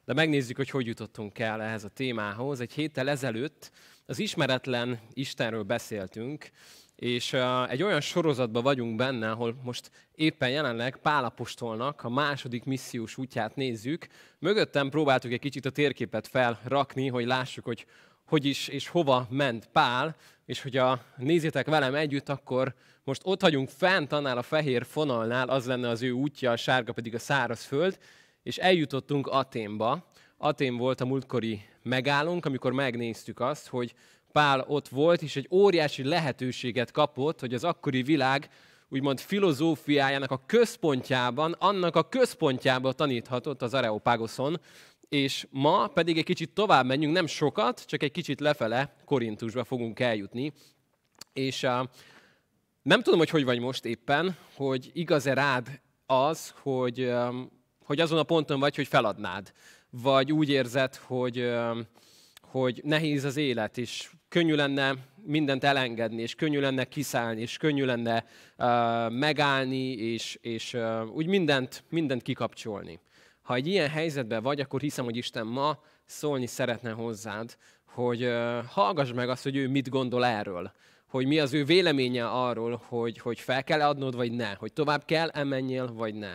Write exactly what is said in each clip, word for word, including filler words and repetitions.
De megnézzük, hogy hogy jutottunk el ehhez a témához. Egy héttel ezelőtt az ismeretlen Istenről beszéltünk, és egy olyan sorozatban vagyunk benne, ahol most éppen jelenleg Pál apostolnak a második missziós útját nézzük. Mögöttem próbáltuk egy kicsit a térképet felrakni, hogy lássuk, hogy hogy is és hova ment Pál, és hogyha nézzétek velem együtt, akkor most ott vagyunk fent annál a fehér fonalnál, az lenne az ő útja, a sárga pedig a szárazföld, és eljutottunk Athénba. Atén volt a múltkori megállónk, amikor megnéztük azt, hogy Pál ott volt, és egy óriási lehetőséget kapott, hogy az akkori világ úgymond filozófiájának a központjában, annak a központjában taníthatott az Areopágoszon, és ma pedig egy kicsit tovább menjünk, nem sokat, csak egy kicsit lefele Korintusba fogunk eljutni. És uh, nem tudom, hogy hogy vagy most éppen, hogy igaz-e rád az, hogy, um, hogy azon a ponton vagy, hogy feladnád. Vagy úgy érzed, hogy, um, hogy nehéz az élet, és könnyű lenne mindent elengedni, és könnyű lenne kiszállni, és könnyű lenne uh, megállni, és, és uh, úgy mindent, mindent kikapcsolni. Ha egy ilyen helyzetben vagy, akkor hiszem, hogy Isten ma szólni szeretne hozzád, hogy uh, hallgass meg azt, hogy ő mit gondol erről, hogy mi az ő véleménye arról, hogy, hogy fel kell adnod, vagy ne, hogy tovább kell emenjél, vagy ne.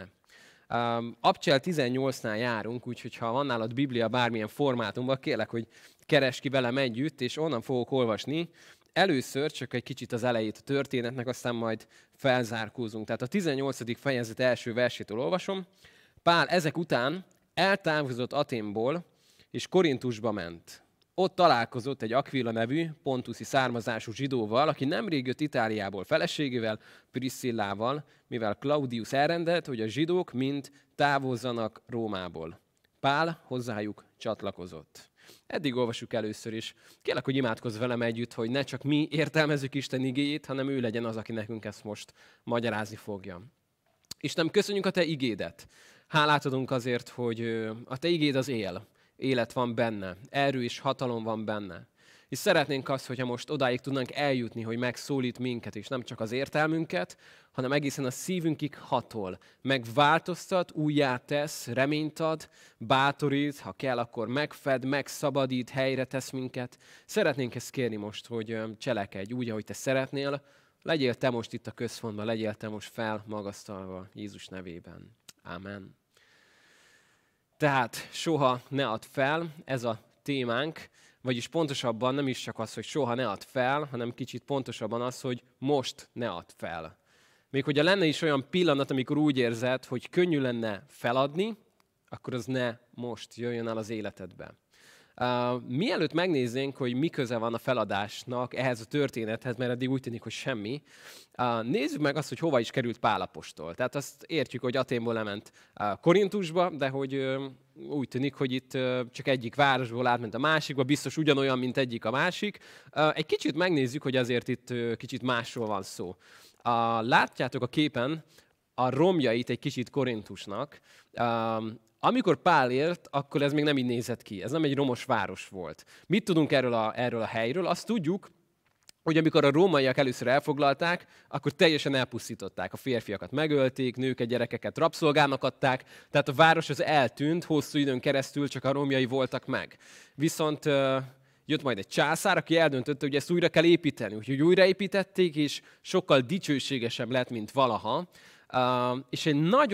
Um, Abcsel tizennyolcnál járunk, úgyhogy ha van nálad Biblia bármilyen formátumban, kérlek, hogy keresd ki velem együtt, és onnan fogok olvasni. Először csak egy kicsit az elejét a történetnek, aztán majd felzárkózunk. Tehát a tizennyolcadik fejezet első versétől olvasom. Pál ezek után eltávozott Athénból, és Korintusba ment. Ott találkozott egy Aquila nevű, pontuszi származású zsidóval, aki nemrég jött Itáliából feleségével, Priscillával, mivel Claudius elrendelt, hogy a zsidók mind távozzanak Rómából. Pál hozzájuk csatlakozott. Eddig olvassuk először is. Kérlek, hogy imádkozz velem együtt, hogy ne csak mi értelmezzük Isten igéjét, hanem ő legyen az, aki nekünk ezt most magyarázni fogja. Istenem, köszönjük a Te igédet. Hálát adunk azért, hogy a Te igéd az él. Élet van benne, erő és hatalom van benne. És szeretnénk azt, hogyha most odáig tudnánk eljutni, hogy megszólít minket, és nem csak az értelmünket, hanem egészen a szívünkig hatol. Megváltoztat, újjá tesz, reményt ad, bátorít, ha kell, akkor megfed, megszabadít, helyre tesz minket. Szeretnénk ezt kérni most, hogy cselekedj úgy, ahogy Te szeretnél. Legyél Te most itt a központban, legyél Te most felmagasztalva Jézus nevében. Ámen. Tehát soha ne add fel, ez a témánk, vagyis pontosabban nem is csak az, hogy soha ne add fel, hanem kicsit pontosabban az, hogy most ne add fel. Még hogyha lenne is olyan pillanat, amikor úgy érzed, hogy könnyű lenne feladni, akkor az ne most jöjjön el az életedbe. Uh, mielőtt megnéznénk, hogy mi köze van a feladásnak ehhez a történethez, mert eddig úgy tűnik, hogy semmi, uh, nézzük meg azt, hogy hova is került Pál apostol. Tehát azt értjük, hogy Athénból lement uh, Korintusba, de hogy uh, úgy tűnik, hogy itt uh, csak egyik városból átment a másikba, biztos ugyanolyan, mint egyik a másik. Uh, egy kicsit megnézzük, hogy azért itt uh, kicsit másról van szó. Uh, látjátok a képen a romjait egy kicsit Korintusnak. Uh, Amikor Pál élt, akkor ez még nem így nézett ki. Ez nem egy romos város volt. Mit tudunk erről a, erről a helyről? Azt tudjuk, hogy amikor a rómaiak először elfoglalták, akkor teljesen elpusztították. A férfiakat megölték, nőket, gyerekeket rabszolgának adták, tehát a város az eltűnt, hosszú időn keresztül csak a romjai voltak meg. Viszont jött majd egy császár, aki eldöntötte, hogy ezt újra kell építeni. Úgyhogy újraépítették, és sokkal dicsőségesebb lett, mint valaha. Uh, és egy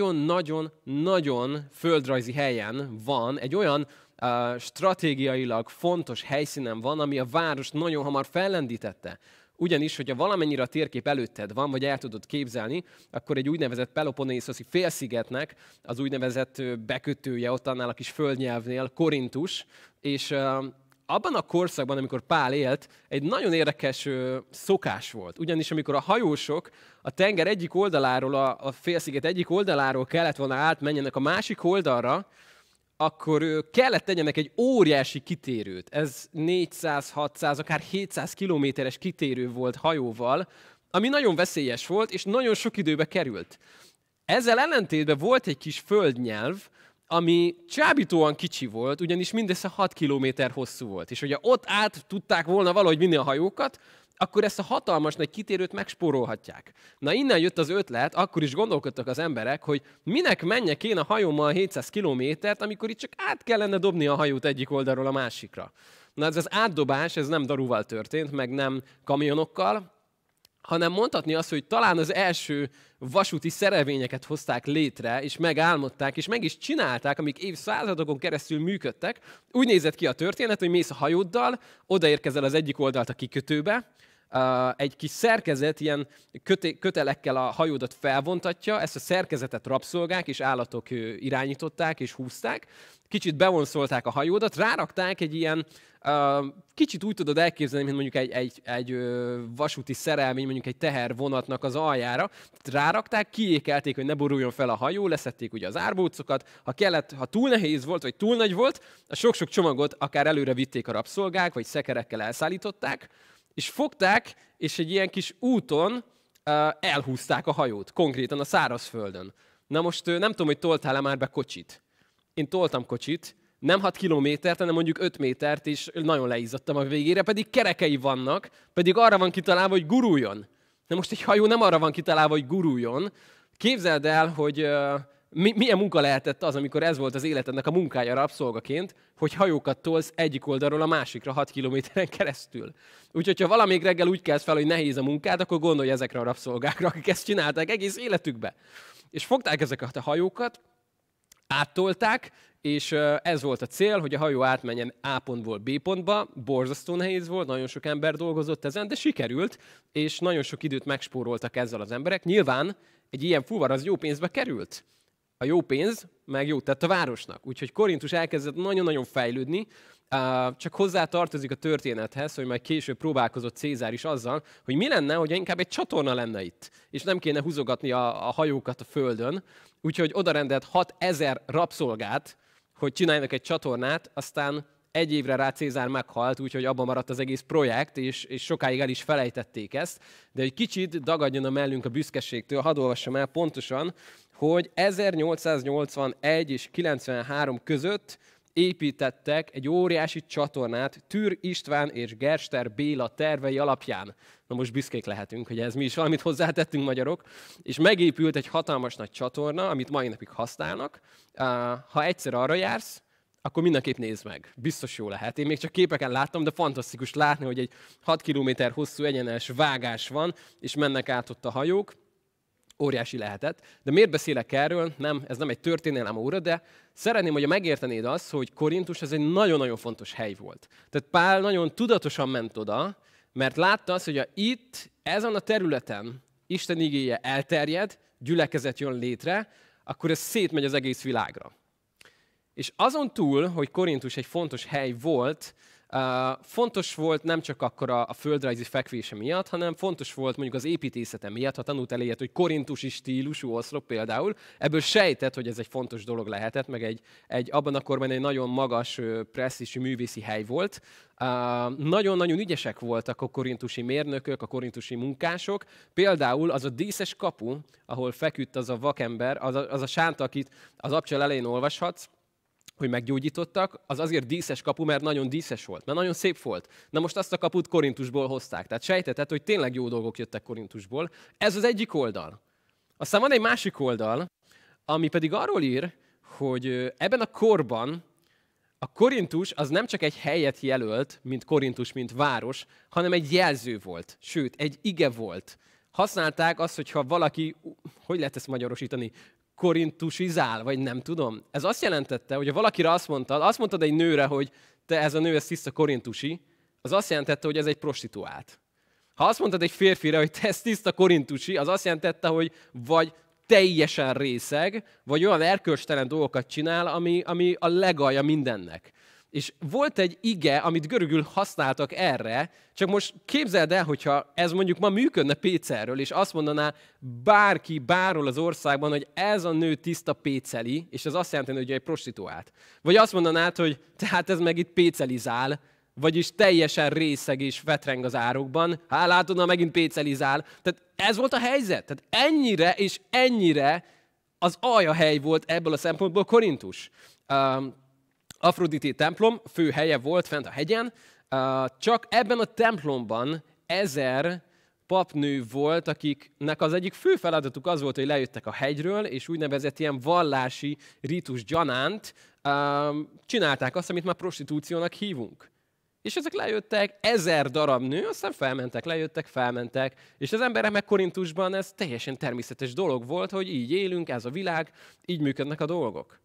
nagyon-nagyon-nagyon földrajzi helyen van, egy olyan uh, stratégiailag fontos helyszínen van, ami a város nagyon hamar fellendítette. Ugyanis, hogyha valamennyire a térkép előtted van, vagy el tudod képzelni, akkor egy úgynevezett Peloponnészoszi félszigetnek az úgynevezett bekötője ott annál a kis földnyelvnél Korintus, és uh, abban a korszakban, amikor Pál élt, egy nagyon érdekes ö, szokás volt. Ugyanis amikor a hajósok a tenger egyik oldaláról, a, a félsziget egyik oldaláról kellett volna átmenjenek a másik oldalra, akkor ö, kellett tegyenek egy óriási kitérőt. Ez négyszáz, hatszáz, akár hétszáz kilométeres kitérő volt hajóval, ami nagyon veszélyes volt, és nagyon sok időbe került. Ezzel ellentétben volt egy kis földnyelv, ami csábítóan kicsi volt, ugyanis mindössze hat kilométer hosszú volt. És hogyha ott át tudták volna valahogy vinni a hajókat, akkor ezt a hatalmas nagy kitérőt megspórolhatják. Na innen jött az ötlet, akkor is gondolkodtak az emberek, hogy minek menjek én a hajómmal hétszáz kilométert, amikor itt csak át kellene dobni a hajót egyik oldalról a másikra. Na ez az átdobás, ez nem daruval történt, meg nem kamionokkal, hanem mondhatni azt, hogy talán az első vasúti szerelvényeket hozták létre, és megálmodták, és meg is csinálták, amik évszázadokon keresztül működtek. Úgy nézett ki a történet, hogy mész a hajóddal, odaérkezel az egyik oldalt a kikötőbe, egy kis szerkezet ilyen kötelekkel a hajódat felvontatja, ezt a szerkezetet rabszolgák és állatok irányították és húzták, kicsit bevonszolták a hajódat, rárakták egy ilyen, kicsit úgy tudod elképzelni, mint mondjuk egy, egy, egy vasúti szerelmény, mondjuk egy tehervonatnak az aljára, rárakták, kiékelték, hogy ne boruljon fel a hajó, leszették ugye az árbócokat, ha kellett, ha túl nehéz volt, vagy túl nagy volt, a sok-sok csomagot akár előre vitték a rabszolgák, vagy szekerekkel elszállították, és fogták, és egy ilyen kis úton uh, elhúzták a hajót, konkrétan a szárazföldön. Na most uh, nem tudom, hogy toltál-e már be kocsit. Én toltam kocsit, nem hat kilométert, hanem mondjuk öt métert, és nagyon leizzadtam a végére, pedig kerekei vannak, pedig arra van kitalálva, hogy guruljon. Na most egy hajó nem arra van kitalálva, hogy guruljon. Képzeld el, hogy uh, mi, milyen munka lehetett az, amikor ez volt az életednek a munkája rabszolgaként, hogy hajókat tolsz egyik oldalról a másikra hat kilométeren keresztül. Úgyhogy, ha valamelyik reggel úgy kelsz fel, hogy nehéz a munkád, akkor gondolj ezekre a rabszolgákra, akik ezt csinálták egész életükbe. És fogták ezeket a hajókat, áttolták, és ez volt a cél, hogy a hajó átmenjen A pontból B pontba, borzasztó nehéz volt, nagyon sok ember dolgozott ezen, de sikerült, és nagyon sok időt megspóroltak ezzel az emberek. Nyilván egy ilyen fuvar az jó pénzbe került. A jó pénz meg jót tett a városnak. Úgyhogy Korintus elkezdett nagyon-nagyon fejlődni, csak hozzá tartozik a történethez, hogy majd később próbálkozott Cézár is azzal, hogy mi lenne, hogy inkább egy csatorna lenne itt, és nem kéne húzogatni a, a hajókat a földön. Úgyhogy odarendelt hatezer rabszolgát, hogy csináljanak egy csatornát, aztán egy évre rá Cézár meghalt, úgyhogy abban maradt az egész projekt, és, és sokáig el is felejtették ezt. De egy kicsit dagadjon a mellünk a büszkeségtől, hadd olvassam el pontosan, hogy ezernyolcszáznyolcvanegy és kilencvenhárom között építettek egy óriási csatornát Tür István és Gerster Béla tervei alapján. Na most büszkék lehetünk, hogy ez mi is valamit hozzátettünk magyarok. És megépült egy hatalmas nagy csatorna, amit mai napig használnak. Ha egyszer arra jársz, akkor mindenképp nézd meg. Biztos jó lehet. Én még csak képeken láttam, de fantasztikus látni, hogy egy hat kilométer hosszú egyenes vágás van, és mennek át ott a hajók. Óriási lehetett. De miért beszélek erről? Nem, ez nem egy történelem óra, de szeretném, hogy megértenéd azt, hogy Korintus ez egy nagyon-nagyon fontos hely volt. Tehát Pál nagyon tudatosan ment oda, mert látta azt, hogy ha itt, ezen a területen Isten igéje elterjed, gyülekezet jön létre, akkor ez szétmegy az egész világra. És azon túl, hogy Korintus egy fontos hely volt, Uh, fontos volt nem csak akkor a, a földrajzi fekvése miatt, hanem fontos volt mondjuk az építészete miatt, ha tanultál ilyet, hogy korintusi stílusú oszlop például, ebből sejtett, hogy ez egy fontos dolog lehetett, meg egy, egy abban a korban egy nagyon magas presztízsű művészi hely volt. Uh, nagyon-nagyon ügyesek voltak a korintusi mérnökök, a korintusi munkások. Például az a díszes kapu, ahol feküdt az a vakember, az a, az a sánta, akit az abcsel elején olvashatsz, hogy meggyógyítottak, az azért díszes kapu, mert nagyon díszes volt, mert nagyon szép volt. Na most azt a kaput Korintusból hozták. Tehát sejtetett, hogy tényleg jó dolgok jöttek Korintusból. Ez az egyik oldal. Aztán van egy másik oldal, ami pedig arról ír, hogy ebben a korban a Korintus az nem csak egy helyet jelölt, mint Korintus, mint város, hanem egy jelző volt. Sőt, egy ige volt. Használták azt, hogyha valaki, hogy lehet ezt magyarosítani, korintusizál, vagy nem tudom. Ez azt jelentette, hogy ha valakire azt mondtad, azt mondtad egy nőre, hogy te ez a nő, ez tiszta korintusi, az azt jelentette, hogy ez egy prostituált. Ha azt mondtad egy férfire, hogy te ez tiszta korintusi, az azt jelentette, hogy vagy teljesen részeg, vagy olyan erkölcstelen dolgokat csinál, ami, ami a legalja mindennek. És volt egy ige, amit görögül használtak erre, csak most képzeld el, hogyha ez mondjuk ma működne Pécerről, és azt mondaná bárki, bárhol az országban, hogy ez a nő tiszta péceli, és ez azt jelenti, hogy egy prostituált. Vagy azt mondanád, hogy tehát ez meg itt pécelizál, vagyis teljesen részeg és vetreng az árokban. Hát látod, na megint pécelizál. Tehát ez volt a helyzet. Tehát ennyire és ennyire az aljahely volt ebből a szempontból Korintus. Um, Afrodité templom fő helye volt fent a hegyen, csak ebben a templomban ezer papnő volt, akiknek az egyik fő feladatuk az volt, hogy lejöttek a hegyről, és úgynevezett ilyen vallási ritus gyanánt um, csinálták azt, amit már prostitúciónak hívunk. És ezek lejöttek, ezer darab nő, aztán felmentek, lejöttek, felmentek, és az emberek meg Korintusban ez teljesen természetes dolog volt, hogy így élünk, ez a világ, így működnek a dolgok.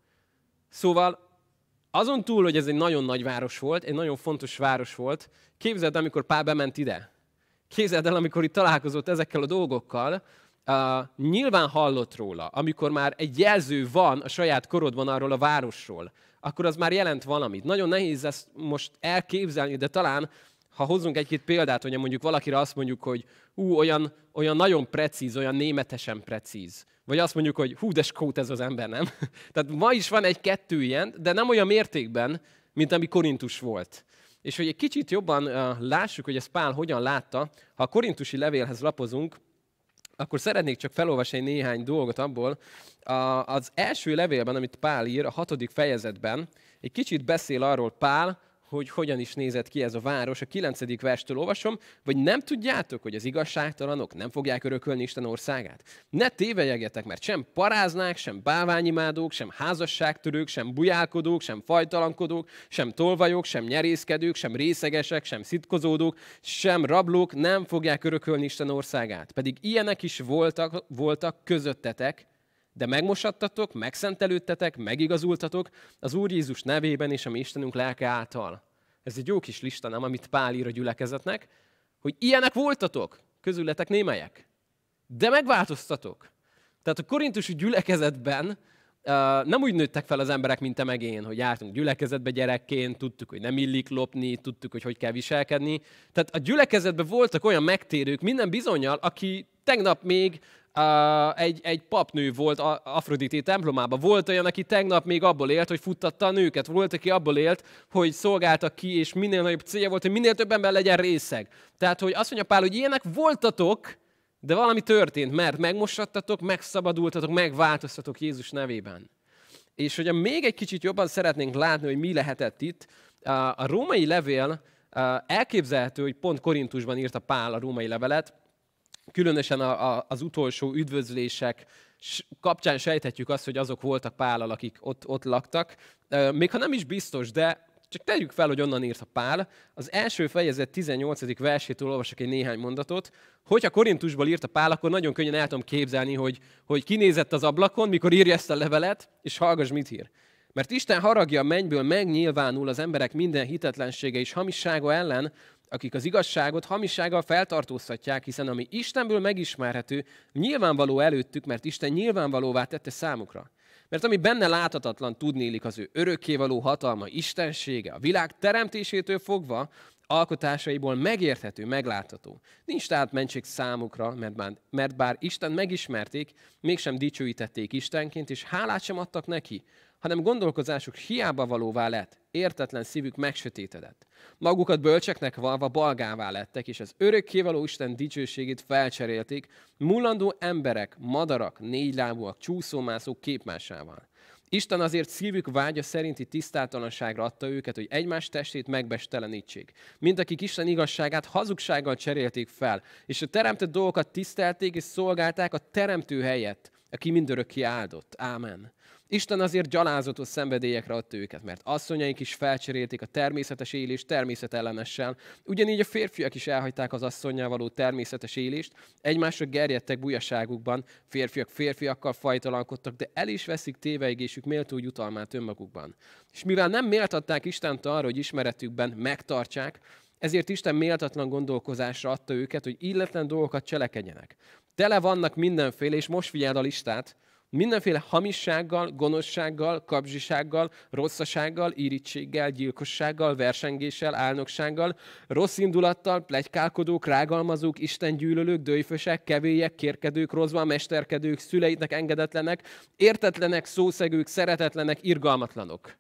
Szóval azon túl, hogy ez egy nagyon nagy város volt, egy nagyon fontos város volt, képzeld, amikor Pál bement ide. Képzeld el, amikor itt találkozott ezekkel a dolgokkal, uh, nyilván hallott róla, amikor már egy jelző van a saját korodban arról a városról, akkor az már jelent valamit. Nagyon nehéz ezt most elképzelni, de talán, ha hozzunk egy-két példát, hogy mondjuk valakire azt mondjuk, hogy hú, olyan, olyan nagyon precíz, olyan németesen precíz. Vagy azt mondjuk, hogy hú, de skót ez az ember, nem? Tehát ma is van egy-kettő ilyen, de nem olyan mértékben, mint ami Korintus volt. És hogy egy kicsit jobban uh, lássuk, hogy ezt Pál hogyan látta, ha a korintusi levélhez lapozunk, akkor szeretnék csak felolvasni néhány dolgot abból. Uh, az első levélben, amit Pál ír, a hatodik fejezetben, egy kicsit beszél arról Pál, hogy hogyan is nézett ki ez a város. A kilencedik verstől olvasom, vagy nem tudjátok, hogy az igazságtalanok nem fogják örökölni Isten országát? Ne tévejegjetek, mert sem paráznák, sem bálványimádók, sem házasságtörők, sem bujálkodók, sem fajtalankodók, sem tolvajok, sem nyerészkedők, sem részegesek, sem szitkozódók, sem rablók nem fogják örökölni Isten országát. Pedig ilyenek is voltak, voltak közöttetek, de megmosattatok, megszentelődtetek, megigazultatok az Úr Jézus nevében és a mi Istenünk lelke által. Ez egy jó kis lista, nem, amit Pál ír a gyülekezetnek, hogy ilyenek voltatok, közületek némelyek, de megváltoztatok. Tehát a korintusi gyülekezetben uh, nem úgy nőttek fel az emberek, mint te meg én, hogy jártunk gyülekezetbe gyerekként, tudtuk, hogy nem illik lopni, tudtuk, hogy hogy kell viselkedni. Tehát a gyülekezetben voltak olyan megtérők, minden bizonnyal, aki tegnap még Uh, egy, egy papnő volt Afrodité templomában. Volt olyan, aki tegnap még abból élt, hogy futtatta a nőket. Volt, aki abból élt, hogy szolgálta ki, és minél nagyobb célja volt, hogy minél több ember legyen részeg. Tehát, hogy azt mondja Pál, hogy ilyenek voltatok, de valami történt, mert megmosattatok, megszabadultatok, megváltoztatok Jézus nevében. És hogyha még egy kicsit jobban szeretnénk látni, hogy mi lehetett itt, uh, a római levél uh, elképzelhető, hogy pont Korintusban írta Pál a római levelet, különösen a, a, az utolsó üdvözlések kapcsán sejthetjük azt, hogy azok voltak Pállal, akik ott, ott laktak. Még ha nem is biztos, de csak tegyük fel, hogy onnan írta Pál. Az első fejezet tizennyolcadik versétől olvasok egy néhány mondatot. Hogyha Korintusból írta Pál, akkor nagyon könnyen el tudom képzelni, hogy, hogy kinézett az ablakon, mikor írja ezt a levelet, és hallgass, mit ír. Mert Isten haragja a mennyből megnyilvánul az emberek minden hitetlensége és hamissága ellen, akik az igazságot hamissággal feltartóztatják, hiszen ami Istenből megismerhető, nyilvánvaló előttük, mert Isten nyilvánvalóvá tette számukra. Mert ami benne láthatatlan, tudnélik az ő örökkévaló hatalma, istensége, a világ teremtésétől fogva, alkotásaiból megérthető, meglátható. Nincs tehát mentség számukra, mert bár, mert bár Isten megismerték, mégsem dicsőítették Istenként, és hálát sem adtak neki, hanem gondolkozásuk hiába valóvá lett, értetlen szívük megsötétedett. Magukat bölcseknek valva balgává lettek, és az örökkévaló Isten dicsőségét felcserélték, mullandó emberek, madarak, négylábúak, csúszómászók képmásával. Isten azért szívük vágya szerinti tisztátalanságra adta őket, hogy egymás testét megbestelenítsék. Mint akik Isten igazságát hazugsággal cserélték fel, és a teremtett dolgokat tisztelték és szolgálták a teremtő helyett, aki mindörökké áldott. Ámen. Isten azért gyalázatos szenvedélyekre adta őket, mert asszonyaik is felcserélték a természetes élést természetellenessel, ugyanígy a férfiak is elhagyták az asszonnyal való természetes élést, egymásra gerjedtek bujaságukban, férfiak férfiakkal fajtalankodtak, de el is veszik téveigésük méltó jutalmát önmagukban. És mivel nem méltatták Istent arra, hogy ismeretükben megtartsák, ezért Isten méltatlan gondolkozásra adta őket, hogy illetlen dolgokat cselekedjenek. Tele vannak mindenféle, és most figyeld a listát, mindenféle hamissággal, gonoszsággal, kapzsisággal, rosszasággal, irítséggel, gyilkossággal, versengéssel, álnoksággal, rossz indulattal, pletykálkodók, rágalmazók, istengyűlölők, döjfösek, kevélyek, kérkedők, rozva, mesterkedők, szüleiknek engedetlenek, értetlenek, szószegők, szeretetlenek, irgalmatlanok.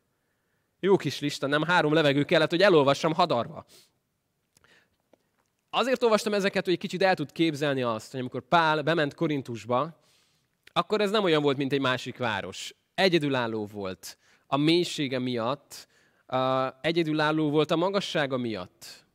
Jó kis lista, nem három levegő kellett, hogy elolvassam hadarva. Azért olvastam ezeket, hogy egy kicsit el tud képzelni azt, hogy amikor Pál bement Korintusba, akkor ez nem olyan volt, mint egy másik város. Egyedülálló volt a mélysége miatt, egyedülálló volt a magassága miatt.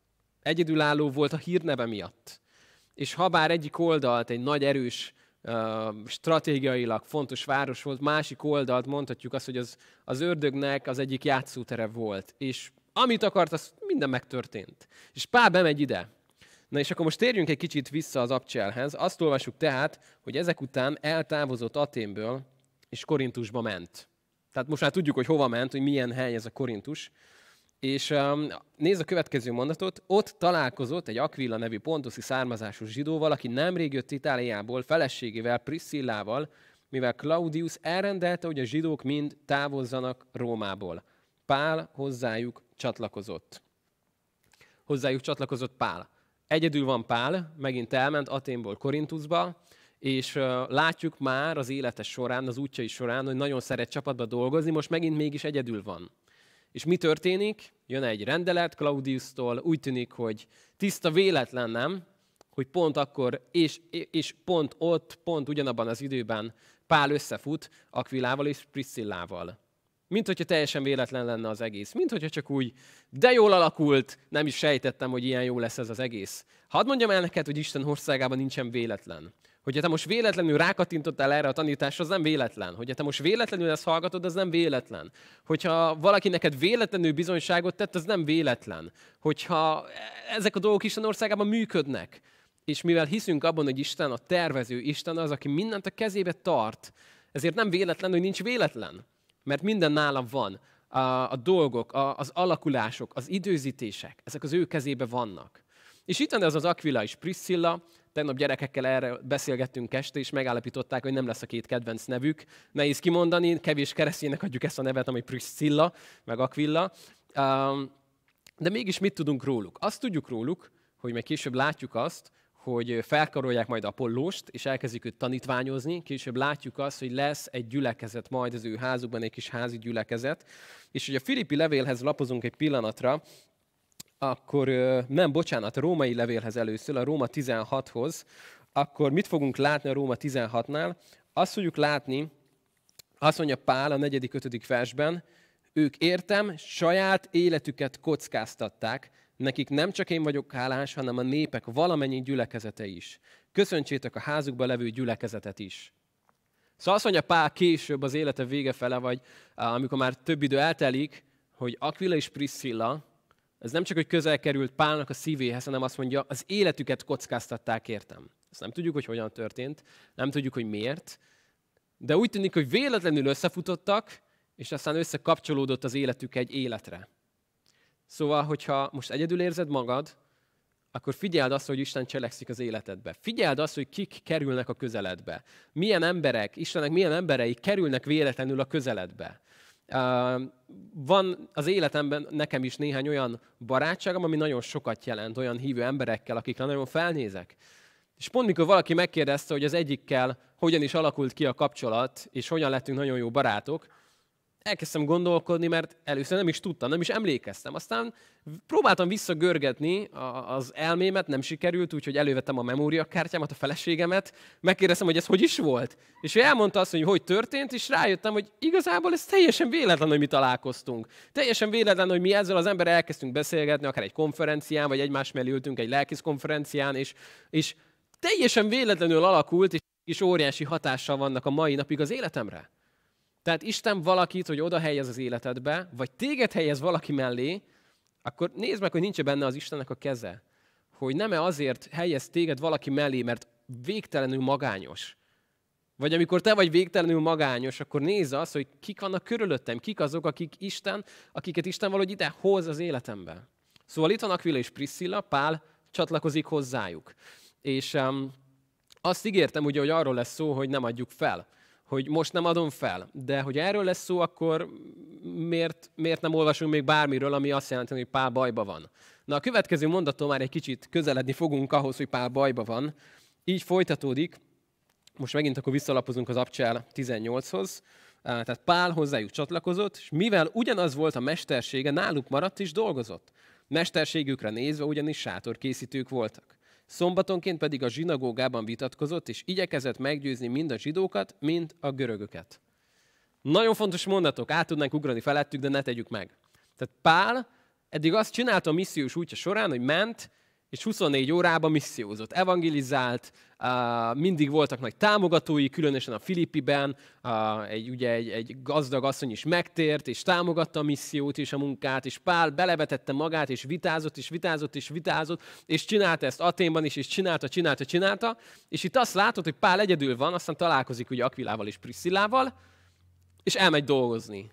Egyedülálló volt a hírneve miatt. És habár egyik oldalt egy nagy, erős, stratégiailag fontos város volt, másik oldalt mondhatjuk azt, hogy az, az ördögnek az egyik játszótere volt. És amit akart, az minden megtörtént. És Pál bemegy ide. Na és akkor most térjünk egy kicsit vissza az Abcselhez. Azt olvasjuk tehát, hogy ezek után eltávozott Athénből, és Korintusba ment. Tehát most már tudjuk, hogy hova ment, hogy milyen hely ez a Korintus. És um, nézd a következő mondatot, ott találkozott egy Aquila nevű pontoszi származású zsidóval, aki nemrég jött Itáliából, feleségével, Priscillával, mivel Claudius elrendelte, hogy a zsidók mind távozzanak Rómából. Pál hozzájuk csatlakozott. Hozzájuk csatlakozott Pál. Egyedül van Pál, megint elment Athénból Korintusba, és uh, látjuk már az élete során, az útjai során, hogy nagyon szeret csapatba dolgozni, most megint mégis egyedül van. És mi történik? Jön egy rendelet Claudiustól, úgy tűnik, hogy tiszta véletlen, nem? Hogy pont akkor, és, és pont ott, pont ugyanabban az időben Pál összefut Aquilával és Priscillával. Mint hogyha teljesen véletlen lenne az egész. Mint hogyha csak úgy, de jól alakult, nem is sejtettem, hogy ilyen jó lesz ez az egész. Hadd mondjam el neked, hogy Isten országában nincsen véletlen. Hogyha te most véletlenül rákattintottál erre a tanításra, az nem véletlen. Hogyha te most véletlenül ezt hallgatod, az nem véletlen. Hogyha valaki neked véletlenül bizonyságot tett, az nem véletlen. Hogyha ezek a dolgok Isten országában működnek, és mivel hiszünk abban, hogy Isten a tervező, Isten az, aki mindent a kezébe tart, ezért nem véletlen, hogy nincs véletlen. Mert minden nála van. A, a dolgok, a, az alakulások, az időzítések, ezek az ő kezébe vannak. És itt van ez az Aquila és Priscilla, tegnap gyerekekkel erre beszélgettünk este, és megállapították, hogy nem lesz a két kedvenc nevük. Nehéz kimondani, kevés kereszténynek adjuk ezt a nevet, ami Priscilla, meg Aquila. De mégis mit tudunk róluk? Azt tudjuk róluk, hogy meg később látjuk azt, hogy felkarolják majd Apollóst, és elkezdik őt tanítványozni. Később látjuk azt, hogy lesz egy gyülekezet majd az ő házukban, egy kis házi gyülekezet. És hogy a Filippi levélhez lapozunk egy pillanatra, akkor nem, bocsánat, a római levélhez először, a Róma tizenhathoz, akkor mit fogunk látni a Róma tizenhatnál? Azt fogjuk látni, azt mondja Pál a negyedik, ötödik versben, ők értem, saját életüket kockáztatták, nekik nem csak én vagyok hálás, hanem a népek valamennyi gyülekezete is. Köszöntsétek a házukba levő gyülekezetet is. Szóval azt mondja Pál később az élete vége fele, vagy amikor már több idő eltelik, hogy Aquila és Priscilla, ez nem csak, hogy közel került Pálnak a szívéhez, hanem azt mondja, az életüket kockáztatták értem. Ezt nem tudjuk, hogy hogyan történt, nem tudjuk, hogy miért, de úgy tűnik, hogy véletlenül összefutottak, és aztán összekapcsolódott az életük egy életre. Szóval, hogyha most egyedül érzed magad, akkor figyeld azt, hogy Isten cselekszik az életedbe. Figyeld azt, hogy kik kerülnek a közeledbe. Milyen emberek, Istennek milyen emberei kerülnek véletlenül a közeledbe. Uh, van az életemben nekem is néhány olyan barátságom, ami nagyon sokat jelent, olyan hívő emberekkel, akikre nagyon felnézek. És pont mikor valaki megkérdezte, hogy az egyikkel hogyan is alakult ki a kapcsolat, és hogyan lettünk nagyon jó barátok, elkezdtem gondolkodni, mert először nem is tudtam, nem is emlékeztem. Aztán próbáltam visszagörgetni az elmémet, nem sikerült, úgyhogy elővettem a memóriakártyámat, a feleségemet, megkérdeztem, hogy ez hogy is volt. És ő elmondta azt, hogy hogy történt, és rájöttem, hogy igazából ez teljesen véletlen, hogy mi találkoztunk. Teljesen véletlen, hogy mi ezzel az ember elkezdtünk beszélgetni, akár egy konferencián, vagy egymás mellé ültünk egy lelkész konferencián, és, és teljesen véletlenül alakult, és, és óriási hatással vannak a mai napig az életemre. Tehát Isten valakit, hogy oda helyez az életedbe, vagy téged helyez valaki mellé, akkor nézd meg, hogy nincs benne az Istennek a keze. Hogy nem-e azért helyez téged valaki mellé, mert végtelenül magányos. Vagy amikor te vagy végtelenül magányos, akkor nézd azt, hogy kik vannak körülöttem, kik azok, akik Isten, akiket Isten valahogy ide hoz az életembe. Szóval itt van Aquila és Priscilla, Pál csatlakozik hozzájuk. És um, azt ígértem ugye, hogy arról lesz szó, hogy nem adjuk fel. Hogy most nem adom fel, de hogy erről lesz szó, akkor miért, miért nem olvasunk még bármiről, ami azt jelenti, hogy Pál bajba van. Na a következő mondaton már egy kicsit közeledni fogunk ahhoz, hogy Pál bajba van. Így folytatódik, most megint akkor visszalapozunk az Abcsel tizennyolchoz, tehát Pál hozzájuk csatlakozott, és mivel ugyanaz volt a mestersége, náluk maradt és dolgozott. Mesterségükre nézve ugyanis sátorkészítők voltak. Szombatonként pedig a zsinagógában vitatkozott, és igyekezett meggyőzni mind a zsidókat, mind a görögöket. Nagyon fontos mondatok, át tudnánk ugrani felettük, de ne tegyük meg. Tehát Pál eddig azt csinálta a missziós útja során, hogy ment, és huszonnégy órában missziózott, evangelizált, mindig voltak nagy támogatói, különösen a Filippiben, egy, ugye egy, egy gazdag asszony is megtért, és támogatta a missziót és a munkát, és Pál belevetette magát, és vitázott, és vitázott, és vitázott, és csinálta ezt Athénban is, és csinálta, csinálta, csinálta, és itt azt látod, hogy Pál egyedül van, aztán találkozik ugye Akvilával és Priszillával, és elmegy dolgozni.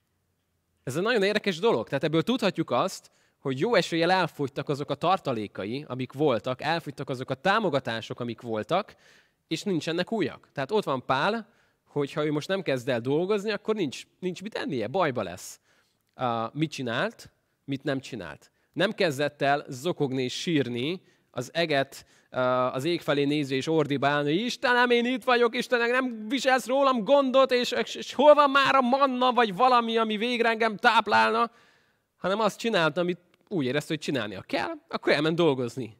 Ez egy nagyon érdekes dolog, tehát ebből tudhatjuk azt, hogy jó eséllyel elfogytak azok a tartalékai, amik voltak, elfogytak azok a támogatások, amik voltak, és nincsenek újak. Tehát ott van Pál, hogy ha ő most nem kezd el dolgozni, akkor nincs, nincs mit ennie, bajba lesz. Uh, mit csinált, mit nem csinált. Nem kezdett el zokogni és sírni, az eget uh, az ég felé nézve és ordibálni, hogy Istenem, én itt vagyok, Istenem, nem viselsz rólam gondot, és, és, és hol van már a manna, vagy valami, ami végre engem táplálna, hanem azt csinálta, amit úgy érezte, hogy csinálnia kell, akkor elment dolgozni.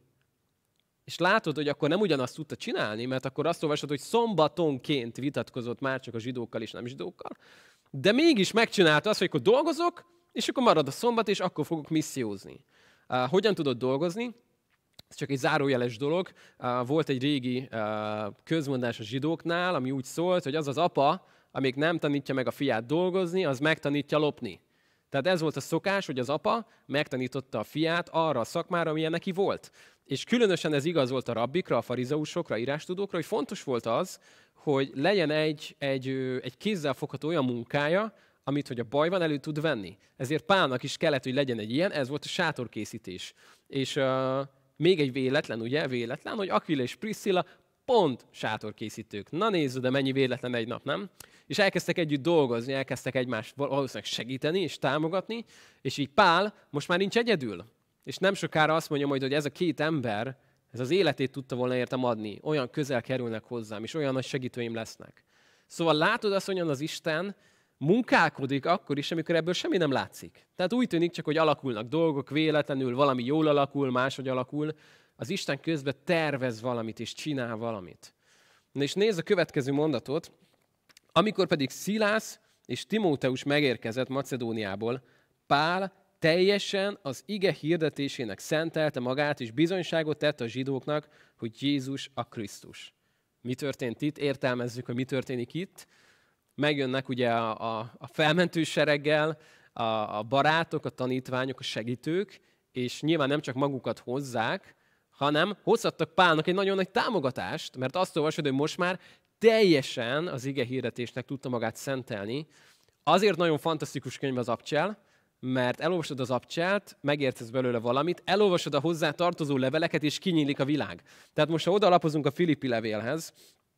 És látod, hogy akkor nem ugyanazt tudta csinálni, mert akkor azt olvasod, hogy szombatonként vitatkozott már csak a zsidókkal és nem zsidókkal, de mégis megcsinálta azt, hogy akkor dolgozok, és akkor marad a szombat, és akkor fogok missziózni. Uh, hogyan tudod dolgozni? Ez csak egy zárójeles dolog. Uh, volt egy régi uh, közmondás a zsidóknál, ami úgy szólt, hogy az az apa, amíg nem tanítja meg a fiát dolgozni, az megtanítja lopni. Tehát ez volt a szokás, hogy az apa megtanította a fiát arra a szakmára, amilyen neki volt. És különösen ez igaz volt a rabbikra, a farizeusokra, írástudókra, hogy fontos volt az, hogy legyen egy, egy, egy kézzel fogható olyan munkája, amit, hogy a bajban elő tud venni. Ezért Pálnak is kellett, hogy legyen egy ilyen, ez volt a sátorkészítés. És uh, még egy véletlen, ugye, véletlen, hogy Aquila és Priscilla pont sátorkészítők. Na nézzük, de mennyi véletlen egy nap, nem? És elkezdtek együtt dolgozni, elkezdtek egymást valószínűleg segíteni és támogatni, és így Pál most már nincs egyedül. És nem sokára azt mondja majd, hogy ez a két ember, ez az életét tudta volna értem adni. Olyan közel kerülnek hozzám, és olyan nagy segítőim lesznek. Szóval látod azt, hogy az Isten munkálkodik akkor is, amikor ebből semmi nem látszik. Tehát úgy tűnik csak, hogy alakulnak dolgok, véletlenül valami jól alakul, máshogy alakul. Az Isten közben tervez valamit, és csinál valamit. Na és nézd a következő mondatot. Amikor pedig Szilász és Timóteus megérkezett Macedóniából, Pál teljesen az ige hirdetésének szentelte magát, és bizonyságot tett a zsidóknak, hogy Jézus a Krisztus. Mi történt itt? Értelmezzük, hogy mi történik itt. Megjönnek ugye a, a, a felmentő sereggel, a, a barátok, a tanítványok, a segítők, és nyilván nem csak magukat hozzák, hanem hozhattak Pálnak egy nagyon nagy támogatást, mert azt olvasod, hogy most már teljesen az ige hirdetésnek tudta magát szentelni. Azért nagyon fantasztikus könyv az Abcsel, mert elolvasod az Abcselt, megértesz belőle valamit, elolvasod a hozzá tartozó leveleket, és kinyílik a világ. Tehát most, ha oda lapozunk a Filippi levélhez,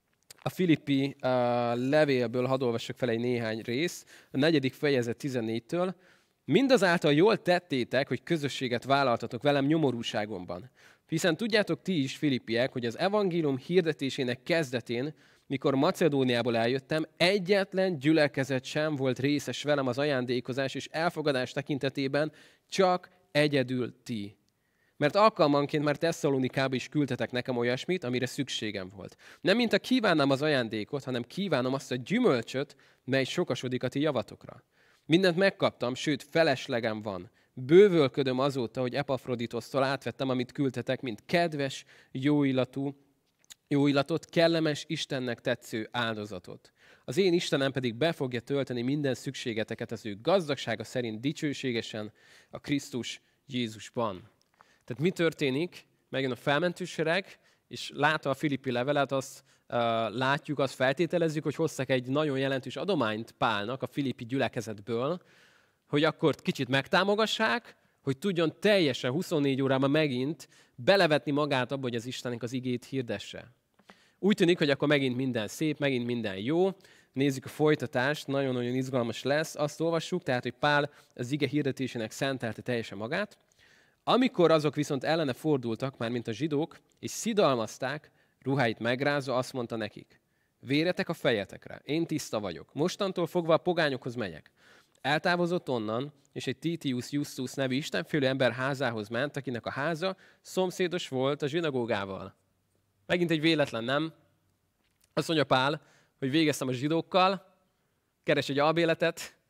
a Filippi uh, levélből hadd olvassak fel egy néhány rész, a negyedik fejezet tizennégytől. Mindazáltal jól tettétek, hogy közösséget vállaltatok velem nyomorúságomban. Hiszen tudjátok ti is, filippiek, hogy az evangélium hirdetésének kezdetén, mikor Macedóniából eljöttem, egyetlen gyülekezet sem volt részes velem az ajándékozás és elfogadás tekintetében, csak egyedül ti. Mert alkalmanként már Tesszalonikába is küldtetek nekem olyasmit, amire szükségem volt. Nem mint a kívánnám az ajándékot, hanem kívánom azt a gyümölcsöt, mely sokasodik a ti javatokra. Mindent megkaptam, sőt feleslegem van. Bővölködöm azóta, hogy Epafroditosztól átvettem, amit küldtetek, mint kedves, jóillatú, jó illatot, kellemes, Istennek tetsző áldozatot. Az én Istenem pedig be fogja tölteni minden szükségeteket az ő gazdagsága szerint dicsőségesen a Krisztus Jézusban. Tehát mi történik? Megjön a felmentősereg, és látva a Filippi levelet, azt uh, látjuk, azt feltételezzük, hogy hoztak egy nagyon jelentős adományt Pálnak a filippi gyülekezetből, hogy akkor kicsit megtámogassák, hogy tudjon teljesen huszonnégy órában megint belevetni magát abba, hogy az Istennek az igét hirdesse. Úgy tűnik, hogy akkor megint minden szép, megint minden jó. Nézzük a folytatást, nagyon-nagyon izgalmas lesz. Azt olvassuk, tehát, hogy Pál az ige hirdetésének szentelte teljesen magát. Amikor azok viszont ellene fordultak, már mint a zsidók, és szidalmazták, ruháit megrázva, azt mondta nekik: véretek a fejetekre, én tiszta vagyok. Mostantól fogva a pogányokhoz megyek. Eltávozott onnan, és egy Titius Justus nevű istenfélő ember házához ment, akinek a háza szomszédos volt a zsinagógával. Megint egy véletlen, nem? Azt mondja Pál, hogy végeztem a zsidókkal, keres egy albéletet,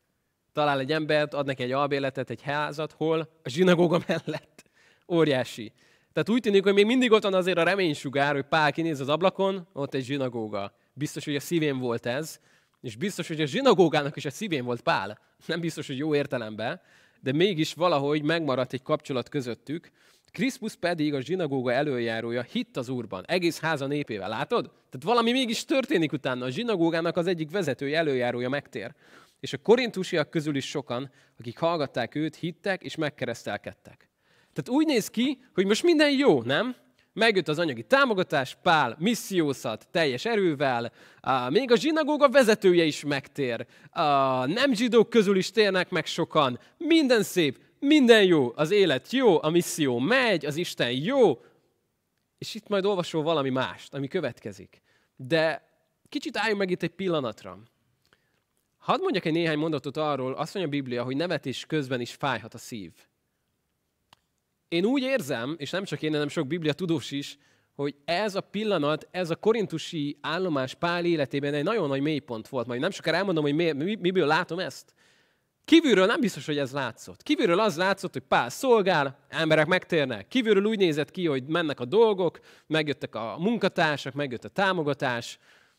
talál egy embert, ad neki egy albérletet, egy házat, hol? A zsinagóga mellett. Óriási. Tehát úgy tűnik, hogy még mindig ott van azért a reménysugár, hogy Pál kinéz az ablakon, ott egy zsinagóga. Biztos, hogy a szívén volt ez, és biztos, hogy a zsinagógának is a szívén volt Pál. Nem biztos, hogy jó értelemben, de mégis valahogy megmaradt egy kapcsolat közöttük. Kriszpus pedig, a zsinagóga előjárója, hitt az Úrban, egész háza népével. Látod? Tehát valami mégis történik utána. A zsinagógának az egyik vezetője, előjárója megtér. És a korintusiak közül is sokan, akik hallgatták őt, hittek és megkeresztelkedtek. Tehát úgy néz ki, hogy most minden jó, nem? Megjött az anyagi támogatás, Pál missziózhat teljes erővel, á, még a zsinagóga vezetője is megtér, á, nem zsidók közül is térnek meg sokan, minden szép, minden jó, az élet jó, a misszió megy, az Isten jó, és itt majd olvasol valami mást, ami következik. De kicsit álljunk meg itt egy pillanatra. Hadd mondjak egy néhány mondatot arról, azt mondja a Biblia, hogy nevetés közben is fájhat a szív. Én úgy érzem, és nem csak én, hanem sok Biblia tudós is, hogy ez a pillanat, ez a korintusi állomás Pál életében egy nagyon nagy mélypont volt. Majd nem sokára elmondom, hogy mi, mi, miből látom ezt. Kívülről nem biztos, hogy ez látszott. Kívülről az látszott, hogy Pál szolgál, emberek megtérnek. Kívülről úgy nézett ki, hogy mennek a dolgok, megjöttek a munkatársak, megjött a támogatás,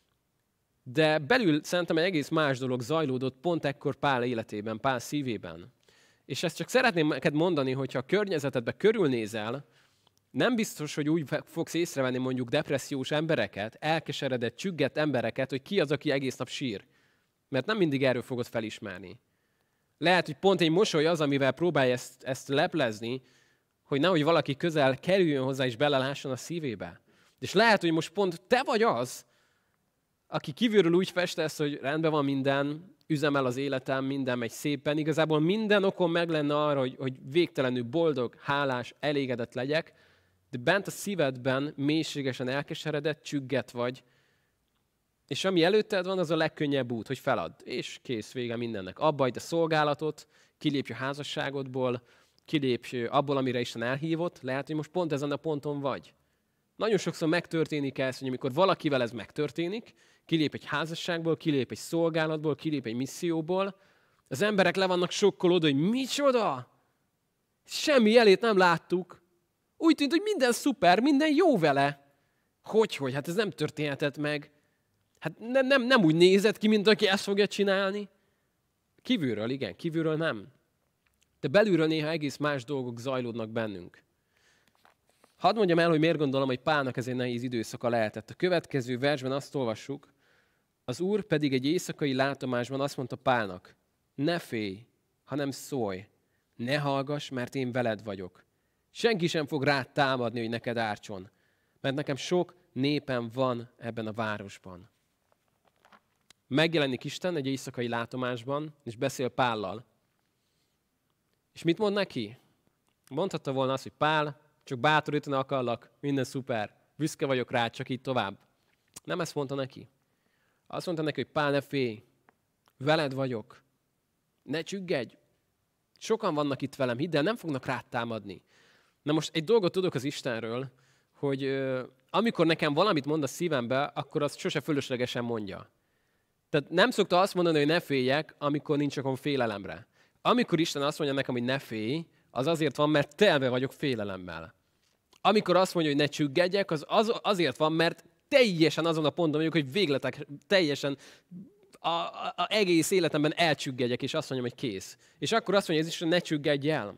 de belül szerintem egy egész más dolog zajlódott pont ekkor Pál életében, Pál szívében. És ezt csak szeretném neked mondani, hogyha a környezetedbe körülnézel, nem biztos, hogy úgy fogsz észrevenni mondjuk depressziós embereket, elkeseredett, csüggett embereket, hogy ki az, aki egész nap sír. Mert nem mindig erről fogod felismerni. Lehet, hogy pont egy mosoly az, amivel próbálj ezt, ezt leplezni, hogy nehogy valaki közel kerüljön hozzá és belelásson a szívébe. És lehet, hogy most pont te vagy az, aki kívülről úgy festesz, hogy rendben van minden, üzemel az életem, minden megy szépen. Igazából minden okom meg lenne arra, hogy, hogy végtelenül boldog, hálás, elégedett legyek, de bent a szívedben mélységesen elkeseredett, csügget vagy, és ami előtted van, az a legkönnyebb út, hogy feladd, és kész, vége mindennek. Abba hagyd a szolgálatot, kilépj a házasságodból, kilépj abból, amire Isten elhívott, lehet, hogy most pont ezen a ponton vagy. Nagyon sokszor megtörténik ez, hogy amikor valakivel ez megtörténik, kilép egy házasságból, kilép egy szolgálatból, kilép egy misszióból, az emberek le vannak sokkolódva, hogy micsoda? Semmi jelét nem láttuk. Úgy tűnt, hogy minden szuper, minden jó vele. Hogyhogy? Hát ez nem történhetett meg. Hát nem, nem, nem úgy nézett ki, mint aki ezt fogja csinálni. Kívülről, igen, kívülről nem. De belülről néha egész más dolgok zajlódnak bennünk. Hadd mondjam el, hogy miért gondolom, hogy Pálnak ez egy nehéz időszaka lehetett. A következő versben azt olvassuk, az Úr pedig egy éjszakai látomásban azt mondta Pálnak, ne félj, hanem szólj, ne hallgass, mert én veled vagyok. Senki sem fog rád támadni, hogy neked ártson, mert nekem sok népem van ebben a városban. Megjelenik Isten egy éjszakai látomásban, és beszél Pállal. És mit mond neki? Mondhatta volna azt, hogy Pál, csak bátorítani akarlak, minden szuper, büszke vagyok rá, csak így tovább. Nem ezt mondta neki. Azt mondta neki, hogy Pál, ne félj, veled vagyok, ne csüggedj. Sokan vannak itt velem, hidd el, nem fognak rád támadni. Na most egy dolgot tudok az Istenről, hogy euh, amikor nekem valamit mond a szívembe, akkor azt sose fölöslegesen mondja. Tehát nem szokta azt mondani, hogy ne féljek, amikor nincs okom félelemre. Amikor Isten azt mondja nekem, hogy ne félj, az azért van, mert telve vagyok félelemmel. Amikor azt mondja, hogy ne csüggedjek, az, az azért van, mert teljesen azon a ponton vagyok, hogy végletek, teljesen a, a, a egész életemben elcsüggedjek, és azt mondjam, hogy kész. És akkor azt mondja, hogy Isten, ne csüggedj el.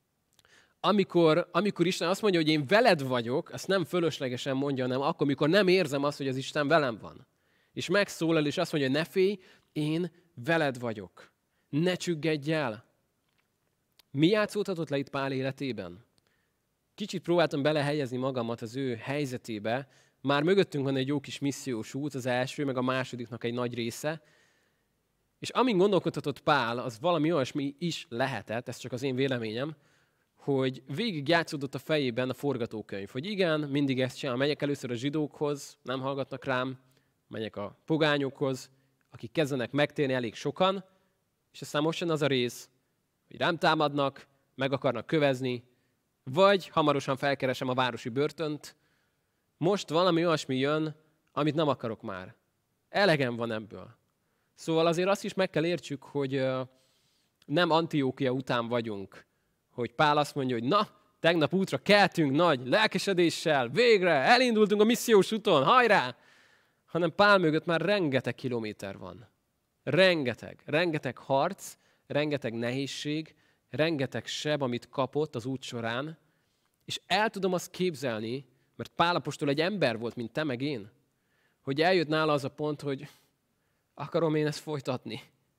Amikor, amikor Isten azt mondja, hogy én veled vagyok, azt nem fölöslegesen mondja, hanem akkor, amikor nem érzem azt, hogy az Isten velem van. És megszólal, és azt mondja, hogy ne félj, én veled vagyok. Ne csüggedj el. Mi játszódhatott le itt Pál életében? Kicsit próbáltam belehelyezni magamat az ő helyzetébe. Már mögöttünk van egy jó kis missziós út, az első, meg a másodiknak egy nagy része. És amin gondolkodhatott Pál, az valami olyasmi is lehetett, ez csak az én véleményem, hogy végig játszódott a fejében a forgatókönyv, hogy igen, mindig ezt csinálom, megyek először a zsidókhoz, nem hallgatnak rám, megyek a pogányokhoz, akik kezdenek megtérni elég sokan, és aztán most jön az a rész, hogy rám támadnak, meg akarnak kövezni, vagy hamarosan felkeresem a városi börtönt, most valami olyasmi jön, amit nem akarok már. Elegem van ebből. Szóval azért azt is meg kell értsük, hogy nem Antiókia után vagyunk, hogy Pál azt mondja, hogy na, tegnap útra keltünk nagy lelkesedéssel, végre elindultunk a missziós úton, hajrá! Hanem Pál mögött már rengeteg kilométer van. Rengeteg, rengeteg harc, rengeteg nehézség, rengeteg seb, amit kapott az út során, és el tudom azt képzelni, mert Pál apostol egy ember volt, mint te meg én, hogy eljött nála az a pont, hogy akarom én ezt folytatni.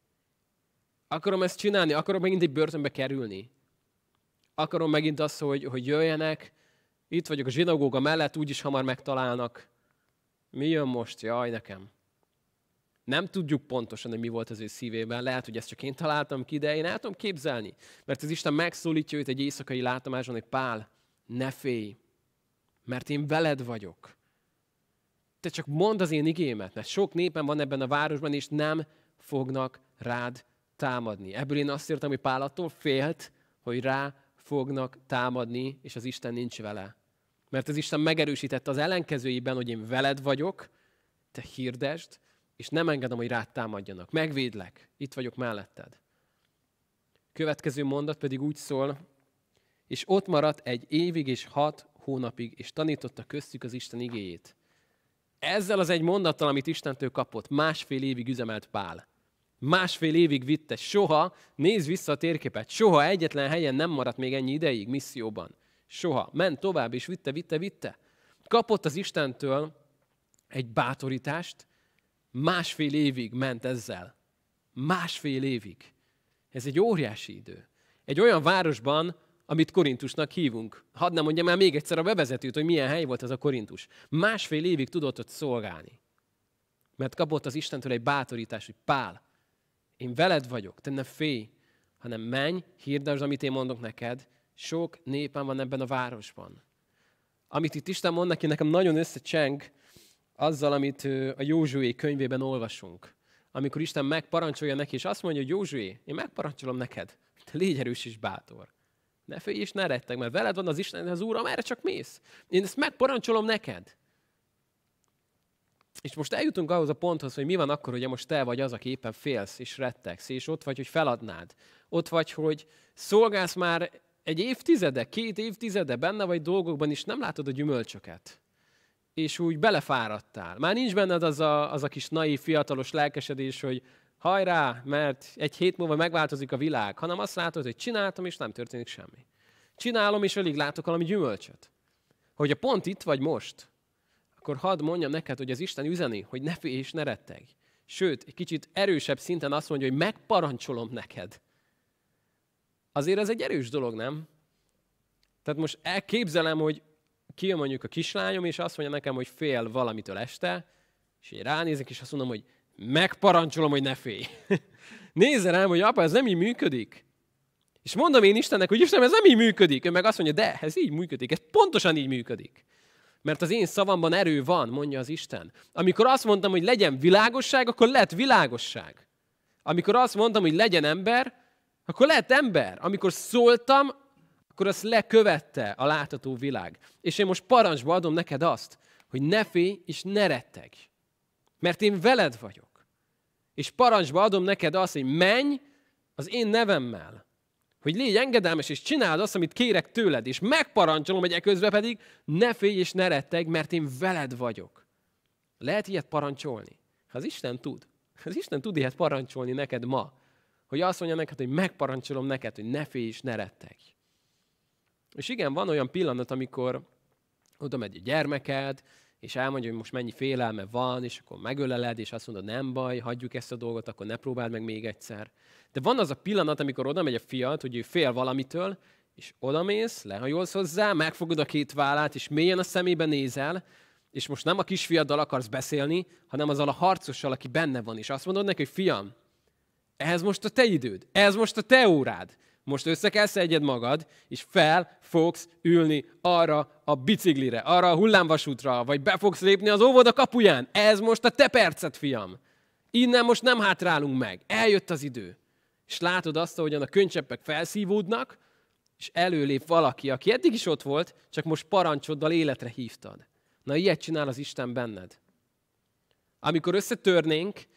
Akarom ezt csinálni, akarom megint egy börtönbe kerülni. Akarom megint azt, hogy, hogy jöjjenek, itt vagyok a zsinagóga mellett, úgyis hamar megtalálnak. Mi jön most? Jaj, nekem. Nem tudjuk pontosan, hogy mi volt az ő szívében. Lehet, hogy ezt csak én találtam ki, de én el tudom képzelni. Mert az Isten megszólítja őt egy éjszakai látomáson, hogy Pál, ne félj, mert én veled vagyok. Te csak mondd az én igémet, mert sok népen van ebben a városban, és nem fognak rád támadni. Ebből én azt értem, hogy Pál attól félt, hogy rá fognak támadni, és az Isten nincs vele. Mert az Isten megerősítette az ellenkezőiben, hogy én veled vagyok, te hirdesd, és nem engedem, hogy rád támadjanak. Megvédlek, itt vagyok melletted. Következő mondat pedig úgy szól, és ott maradt egy évig és hat hónapig, és tanította köztük az Isten igéjét. Ezzel az egy mondattal, amit Istentől kapott, másfél évig üzemelt Pál. Másfél évig vitte, soha, nézz vissza a térképet, soha egyetlen helyen nem maradt még ennyi ideig misszióban. Soha. Ment tovább, és vitte, vitte, vitte. Kapott az Istentől egy bátorítást, másfél évig ment ezzel. Másfél évig. Ez egy óriási idő. Egy olyan városban, amit Korintusnak hívunk. Hadd nem mondjam el még egyszer a bevezetőt, hogy milyen hely volt ez a Korintus. Másfél évig tudott ott szolgálni. Mert kapott az Istentől egy bátorítást, hogy Pál, én veled vagyok, te ne félj, hanem menj, hirdesd, amit én mondok neked. Sok népen van ebben a városban. Amit itt Isten mond neki, nekem nagyon összecseng azzal, amit a Józsué könyvében olvasunk. Amikor Isten megparancsolja neki, és azt mondja, hogy Józsué, én megparancsolom neked, te légy erős és bátor. Ne félj és ne retteg, mert veled van az Isten, az Úr, amerre csak mész. Én ezt megparancsolom neked. És most eljutunk ahhoz a ponthoz, hogy mi van akkor, hogy most te vagy az, aki éppen félsz és rettegsz, és ott vagy, hogy feladnád. Ott vagy, hogy szolgálsz már egy évtizede, két évtizede, benne vagy dolgokban, is nem látod a gyümölcsöket. És úgy belefáradtál. Már nincs benned az a, az a kis naív, fiatalos lelkesedés, hogy hajrá, mert egy hét múlva megváltozik a világ, hanem azt látod, hogy csináltam, és nem történik semmi. Csinálom, és alig látok valami gyümölcsöt. Hogy a pont itt vagy most, akkor hadd mondjam neked, hogy az Isten üzeni, hogy ne félj és ne retteg. Sőt, egy kicsit erősebb szinten azt mondja, hogy megparancsolom neked. Azért ez egy erős dolog, nem? Tehát most elképzelem, hogy kijön mondjuk a kislányom, és azt mondja nekem, hogy fél valamitől este, és én ránézek, és azt mondom, hogy megparancsolom, hogy ne félj. Nézze rám, hogy apa, ez nem így működik. És mondom én Istennek, hogy Istenem, ez nem így működik. Ő meg azt mondja, de, ez így működik, ez pontosan így működik. Mert az én szavamban erő van, mondja az Isten. Amikor azt mondtam, hogy legyen világosság, akkor lett világosság. Amikor azt mondtam, hogy legyen ember, akkor lett ember. Amikor szóltam, akkor azt lekövette a látható világ. És én most parancsba adom neked azt, hogy ne félj és ne retteg. Mert én veled vagyok. És parancsba adom neked azt, hogy menj az én nevemmel. Hogy légy engedelmes, és csináld azt, amit kérek tőled, és megparancsolom, hogy eközben pedig ne félj és ne retteg, mert én veled vagyok. Lehet ilyet parancsolni? Az Isten tud. Az Isten tud ilyet parancsolni neked ma. Hogy azt mondja neked, hogy megparancsolom neked, hogy ne félj és ne retteg. És igen, van olyan pillanat, amikor oda megy a gyermeked, és elmondja, hogy most mennyi félelme van, és akkor megöleled, és azt mondod, nem baj, hagyjuk ezt a dolgot, akkor ne próbáld meg még egyszer. De van az a pillanat, amikor oda megy a fiad, hogy ő fél valamitől, és odamész, lehajolsz hozzá, megfogod a két vállát, és mélyen a szemébe nézel, és most nem a kisfiaddal akarsz beszélni, hanem azzal a harcossal, aki benne van, és azt mondod neki, hogy fiam, ez most a te időd, ez most a te órád. Most össze kell szedjed magad, és fel fogsz ülni arra a biciklire, arra a hullámvasútra, vagy be fogsz lépni az óvoda kapuján. Ez most a te perced, fiam. Innen most nem hátrálunk meg. Eljött az idő. És látod azt, ahogyan a könycseppek felszívódnak, és előlép valaki, aki eddig is ott volt, csak most parancsoddal életre hívtad. Na, ilyet csinál az Isten benned. Amikor összetörnénk,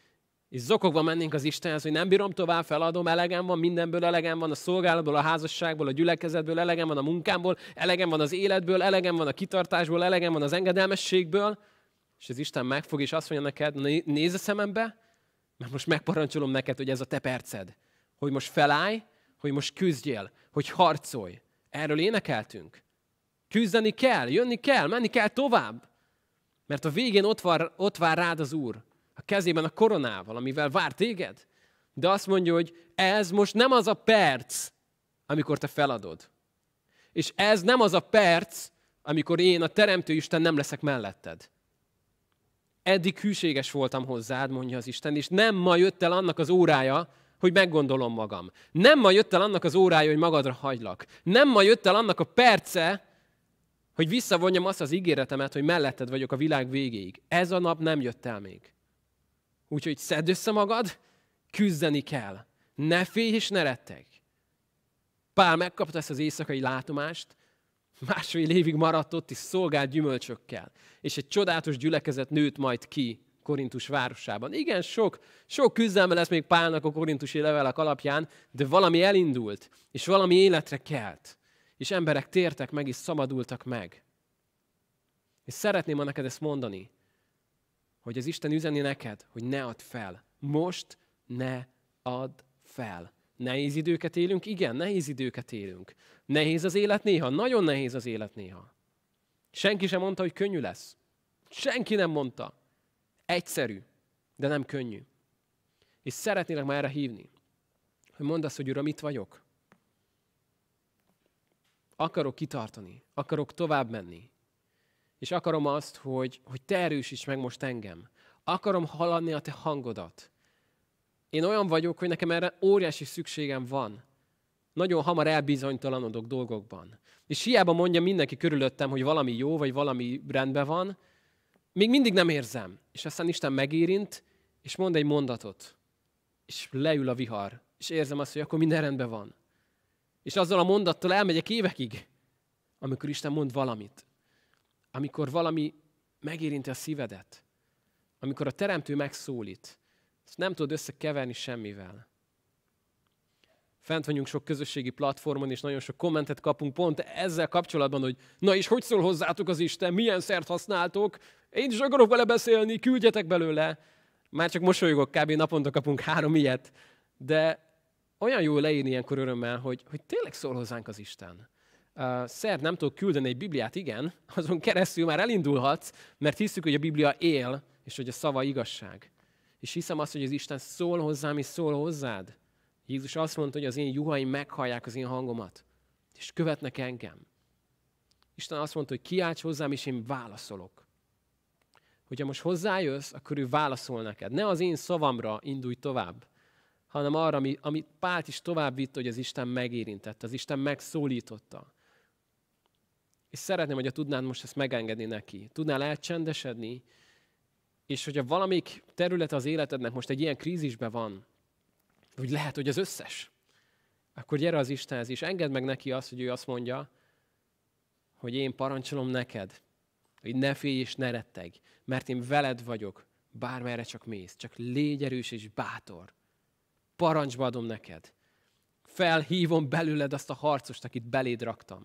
És zokogva mennénk az Istenhez, hogy nem bírom tovább, feladom, elegem van, mindenből elegem van, a szolgálatból, a házasságból, a gyülekezetből, elegem van a munkámból, elegem van az életből, elegem van a kitartásból, elegem van az engedelmességből, és az Isten megfog, és azt mondja neked, nézz a szemembe, mert most megparancsolom neked, hogy ez a te perced. Hogy most felállj, hogy most küzdjél, hogy harcolj. Erről énekeltünk. Küzdeni kell, jönni kell, menni kell tovább. Mert a végén ott, van, ott vár rád az Úr. A kezében a koronával, amivel vár téged. De azt mondja, hogy ez most nem az a perc, amikor te feladod. És ez nem az a perc, amikor én, a Teremtő Isten, nem leszek melletted. Eddig hűséges voltam hozzád, mondja az Isten, és nem ma jött el annak az órája, hogy meggondolom magam. Nem ma jött el annak az órája, hogy magadra hagylak. Nem ma jött el annak a perce, hogy visszavonjam azt az ígéretemet, hogy melletted vagyok a világ végéig. Ez a nap nem jött el még. Úgyhogy szedd össze magad, küzdeni kell. Ne félj és ne rettegj. Pál megkapta ezt az éjszakai látomást, másfél évig maradt ott és szolgált gyümölcsökkel. És egy csodálatos gyülekezet nőtt majd ki Korintus városában. Igen, sok, sok küzdelme lesz még Pálnak a korintusi levelek alapján, de valami elindult, és valami életre kelt. És emberek tértek meg, és szabadultak meg. És szeretném ma neked ezt mondani, hogy az Isten üzeni neked, hogy ne add fel. Most ne add fel. Nehéz időket élünk? Igen, nehéz időket élünk. Nehéz az élet néha? Nagyon nehéz az élet néha. Senki sem mondta, hogy könnyű lesz. Senki nem mondta. Egyszerű, de nem könnyű. És szeretnélek már erre hívni, hogy mondd azt, hogy Uram, itt vagyok. Akarok kitartani, akarok tovább menni. És akarom azt, hogy, hogy te erősíts meg most engem. Akarom hallatni a te hangodat. Én olyan vagyok, hogy nekem erre óriási szükségem van. Nagyon hamar elbizonytalanodok dolgokban. És hiába mondja mindenki körülöttem, hogy valami jó, vagy valami rendben van, még mindig nem érzem. És aztán Isten megérint, és mond egy mondatot. És leül a vihar. És érzem azt, hogy akkor minden rendben van. És azzal a mondattal elmegyek évekig, amikor Isten mond valamit. Amikor valami megérinti a szívedet. Amikor a Teremtő megszólít. Ezt nem tudod összekeverni semmivel. Fent vagyunk sok közösségi platformon, és nagyon sok kommentet kapunk pont ezzel kapcsolatban, hogy na és hogy szól hozzátok az Isten, milyen szert használtok, én is akarok vele beszélni, küldjetek belőle. Már csak mosolygok, kb. Naponta kapunk három ilyet. De olyan jó leírni ilyenkor örömmel, hogy, hogy tényleg szól hozzánk az Isten. Uh, szert nem tudok küldeni egy Bibliát, igen, azon keresztül már elindulhatsz, mert hiszük, hogy a Biblia él, és hogy a szava igazság. És hiszem azt, hogy az Isten szól hozzám, és szól hozzád. Jézus azt mondta, hogy az én juhaim meghallják az én hangomat, és követnek engem. Isten azt mondta, hogy kiálts hozzám, és én válaszolok. Hogyha most hozzájössz, akkor ő válaszol neked. Ne az én szavamra indulj tovább, hanem arra, ami, amit Pált is tovább vitt, hogy az Isten megérintett, az Isten megszólította. És szeretném, hogyha tudnád most ezt megengedni neki. Tudnál elcsendesedni, és hogyha valamik terület az életednek most egy ilyen krízisben van, vagy lehet, hogy az összes, akkor gyere az Istenhez, és engedd meg neki azt, hogy ő azt mondja, hogy én parancsolom neked, hogy ne félj és ne rettegj, mert én veled vagyok, bármerre csak mész, csak légy erős és bátor. Parancsba adom neked. Felhívom belőled azt a harcost, akit beléd raktam.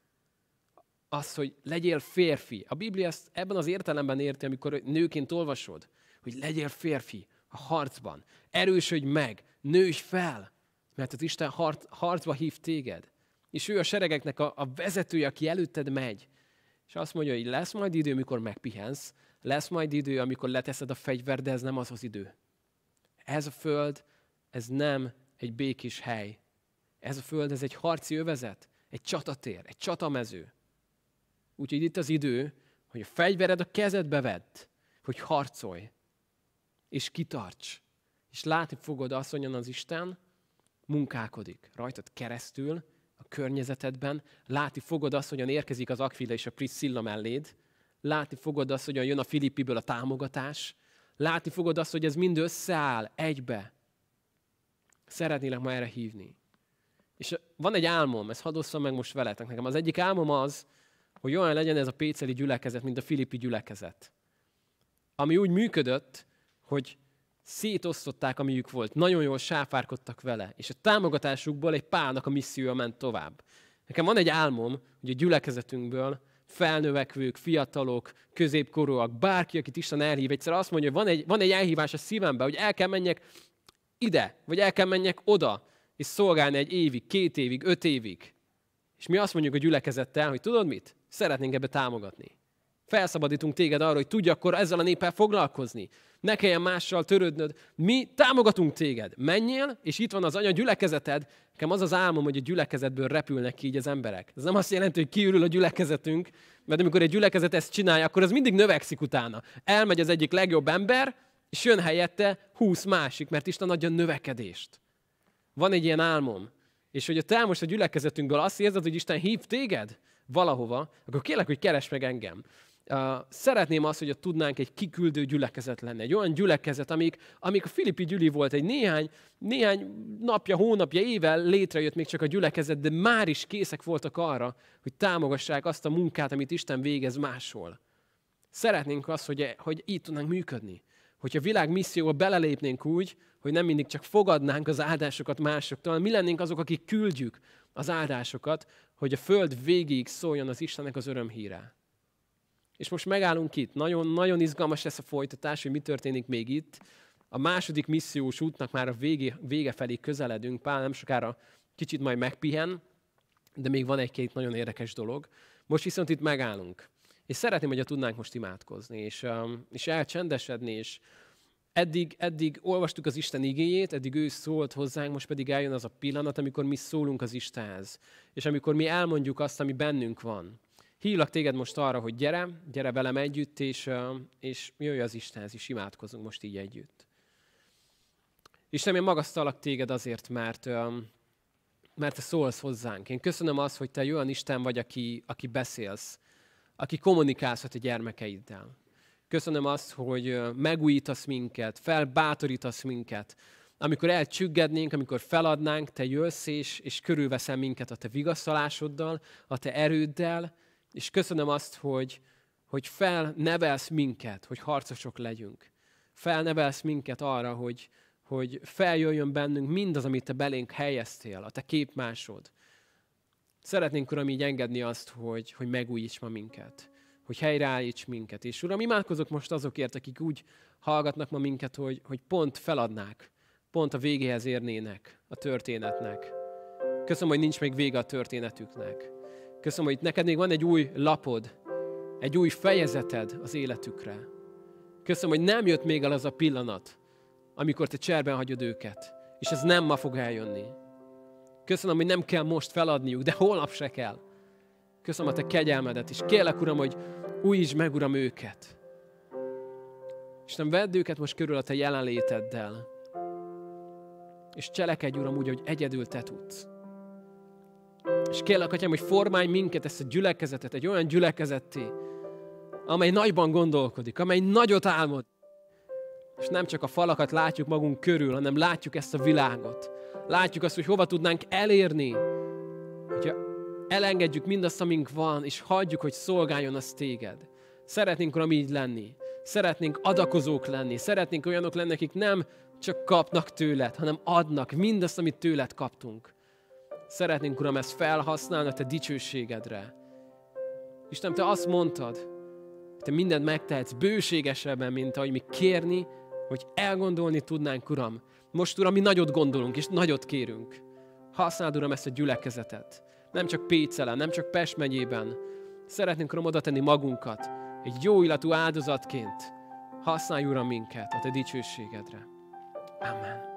Az, hogy legyél férfi. A Biblia ezt ebben az értelemben érti, amikor nőként olvasod, hogy legyél férfi a harcban. Erősödj meg, nőj fel, mert az Isten harc, harcba hív téged. És ő a seregeknek a, a vezetője, aki előtted megy. És azt mondja, hogy lesz majd idő, amikor megpihensz, lesz majd idő, amikor leteszed a fegyvert, de ez nem az az idő. Ez a föld, ez nem egy békés hely. Ez a föld, ez egy harci övezet, egy csatatér, egy csatamező. Úgyhogy itt az idő, hogy a fegyvered a kezedbe vedd, hogy harcolj, és kitarts. És látni fogod azt, hogy az Isten munkálkodik rajtad keresztül, a környezetedben. Látni fogod azt, hogyan érkezik az Akvila és a Priscilla melléd. Látni fogod azt, hogyan jön a Filippiből a támogatás. Látni fogod azt, hogy ez mind összeáll egybe. Szeretnélek ma erre hívni. És van egy álmom, ezt hadd osszam meg most veletek. Nekem az egyik álmom az, hogy olyan legyen ez a péceli gyülekezet, mint a filippi gyülekezet. Ami úgy működött, hogy szétosztották, amiük volt. Nagyon jól sáfárkodtak vele. És a támogatásukból egy Pálnak a missziója ment tovább. Nekem van egy álmom, hogy a gyülekezetünkből felnövekvők, fiatalok, középkorúak, bárki, akit Isten elhív, egyszer azt mondja, hogy van egy, van egy elhívás a szívembe, hogy el kell menjek ide, vagy el kell menjek oda, és szolgálni egy évig, két évig, öt évig. És mi azt mondjuk a gyülekezettel, hogy tudod mit? Szeretnénk ebbe támogatni. Felszabadítunk téged arra, hogy tudj akkor ezzel a néppel foglalkozni. Ne kelljen mással törődnöd. Mi támogatunk téged. Menjél, és itt van az anya gyülekezeted. Nekem az az álmom, hogy a gyülekezetből repülnek ki így az emberek. Ez nem azt jelenti, hogy kiürül a gyülekezetünk, mert amikor egy gyülekezet ezt csinálja, akkor az mindig növekszik utána. Elmegy az egyik legjobb ember, és jön helyette húsz másik, mert Isten adja növekedést. Van egy ilyen álmom. És hogy te most a gyülekezetünkből azt érzed, hogy Isten hív téged valahova, akkor kérlek, hogy keresd meg engem. Uh, szeretném azt, hogy tudnánk egy kiküldő gyülekezet lenni. Egy olyan gyülekezet, amik, amik a Filippi gyüli volt, egy néhány, néhány napja, hónapja, éve létrejött még csak a gyülekezet, de már is készek voltak arra, hogy támogassák azt a munkát, amit Isten végez máshol. Szeretnénk azt, hogy, hogy így tudnánk működni. Hogyha a világ misszióba belelépnénk úgy, hogy nem mindig csak fogadnánk az áldásokat másoktól, mi lennénk azok, akik küldjük az áldásokat, hogy a föld végéig szóljon az Istennek az örömhíre. És most megállunk itt. Nagyon, nagyon izgalmas lesz a folytatás, hogy mi történik még itt. A második missziós útnak már a vége, vége felé közeledünk. Pál nem sokára kicsit majd megpihen, de még van egy-két nagyon érdekes dolog. Most viszont itt megállunk. És szeretném, hogy tudnánk most imádkozni, és, és elcsendesedni, és eddig, eddig olvastuk az Isten igéjét, eddig ő szólt hozzánk, most pedig eljön az a pillanat, amikor mi szólunk az Istenhez. És amikor mi elmondjuk azt, ami bennünk van. Hívlak téged most arra, hogy gyere, gyere velem együtt, és, és jöjj az Istenhez, és imádkozunk most így együtt. Isten, én magasztalak téged azért, mert, mert te szólsz hozzánk. Én köszönöm azt, hogy te egy olyan Isten vagy, aki, aki beszélsz, aki kommunikálsz a te gyermekeiddel. Köszönöm azt, hogy megújítasz minket, felbátorítasz minket. Amikor elcsüggednénk, amikor feladnánk, te jössz, és, és körülveszel minket a te vigasztalásoddal, a te erőddel, és köszönöm azt, hogy, hogy felnevelsz minket, hogy harcosok legyünk. Felnevelsz minket arra, hogy, hogy feljöjjön bennünk mindaz, amit te belénk helyeztél, a te képmásod. Szeretnénk, Uram, így engedni azt, hogy, hogy megújíts ma minket, hogy helyreállíts minket. És Uram, imádkozok most azokért, akik úgy hallgatnak ma minket, hogy, hogy pont feladnák, pont a végéhez érnének a történetnek. Köszönöm, hogy nincs még vége a történetüknek. Köszönöm, hogy neked még van egy új lapod, egy új fejezeted az életükre. Köszönöm, hogy nem jött még el az a pillanat, amikor te cserben hagyod őket, és ez nem ma fog eljönni. Köszönöm, hogy nem kell most feladniuk, de holnap se kell. Köszönöm a te kegyelmedet, és kérlek, Uram, hogy újítsd meg, Uram, őket. Isten, vedd őket most körül a te jelenléteddel, és cselekedj, Uram, úgy, hogy egyedül te tudsz. És kérlek, Atyám, hogy formálj minket, ezt a gyülekezetet, egy olyan gyülekezetté, amely nagyban gondolkodik, amely nagyot álmod. És nem csak a falakat látjuk magunk körül, hanem látjuk ezt a világot. Látjuk azt, hogy hova tudnánk elérni, hogyha elengedjük mindazt, amink van, és hagyjuk, hogy szolgáljon az téged. Szeretnénk, Uram, így lenni. Szeretnénk adakozók lenni. Szeretnénk olyanok lenni, akik nem csak kapnak tőled, hanem adnak mindazt, amit tőled kaptunk. Szeretnénk, Uram, ezt felhasználni a te dicsőségedre. Isten, te azt mondtad, hogy te mindent megtehetsz bőségesebben, mint ahogy mi kérni, hogy elgondolni tudnánk, Uram. Most, Uram, mi nagyot gondolunk, és nagyot kérünk. Használd, Uram, ezt a gyülekezetet. Nem csak Pécelen, nem csak Pest megyében. Szeretnénk, Uram, oda tenni magunkat, egy jó illatú áldozatként. Használj, Uram, minket a te dicsőségedre. Amen.